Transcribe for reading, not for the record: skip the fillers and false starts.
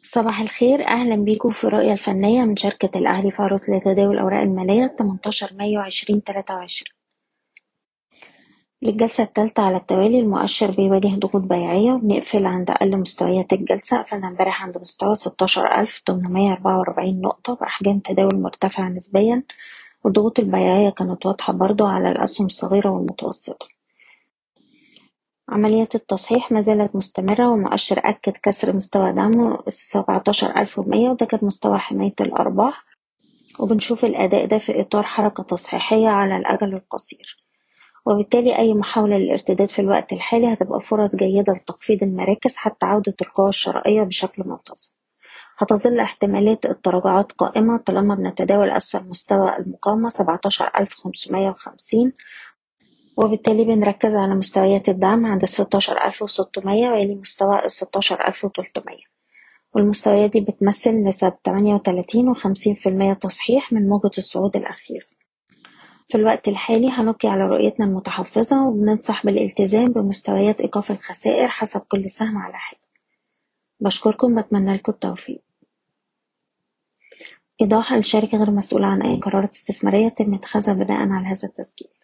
صباح الخير، أهلا بيكم في الرؤية الفنية من شركة الأهلي فارس لتداول الأوراق المالية 18 مايو 2023. للجلسة الثالثة على التوالي المؤشر بيواجه ضغوط بيعية وبنقفل عند أقل مستويات الجلسة. قفلنا امبارح عند مستوى 16844 نقطة بأحجام تداول مرتفعة نسبيا، والضغوط البيعية كانت واضحة برضو على الأسهم الصغيرة والمتوسطة. عملية التصحيح ما زالت مستمرة، والمؤشر أكد كسر مستوى دعمه 17100، وده كان مستوى حماية الأرباح، وبنشوف الأداء ده في إطار حركة تصحيحية على الأجل القصير، وبالتالي أي محاولة للارتداد في الوقت الحالي هتبقى فرص جيدة لتخفيض المراكز حتى عودة القوى الشرائية بشكل منتظم. هتظل احتمالات التراجعات قائمة طالما بنتداول أسفل مستوى المقاومة 17550، وبالتالي بنركز على مستويات الدعم عند 16600 ويلي مستوى 16300، والمستويات دي بتمثل نسب 38 و50% تصحيح من موجة الصعود الأخيرة. في الوقت الحالي هنبقي على رؤيتنا المتحفظة، وبننصح بالالتزام بمستويات إيقاف الخسائر حسب كل سهم على حدة. بشكركم، بتمنى لكم التوفيق. إيضاح: الشركة غير مسؤولة عن أي قرارات استثمارية تم اتخاذها بناء على هذا التسجيل.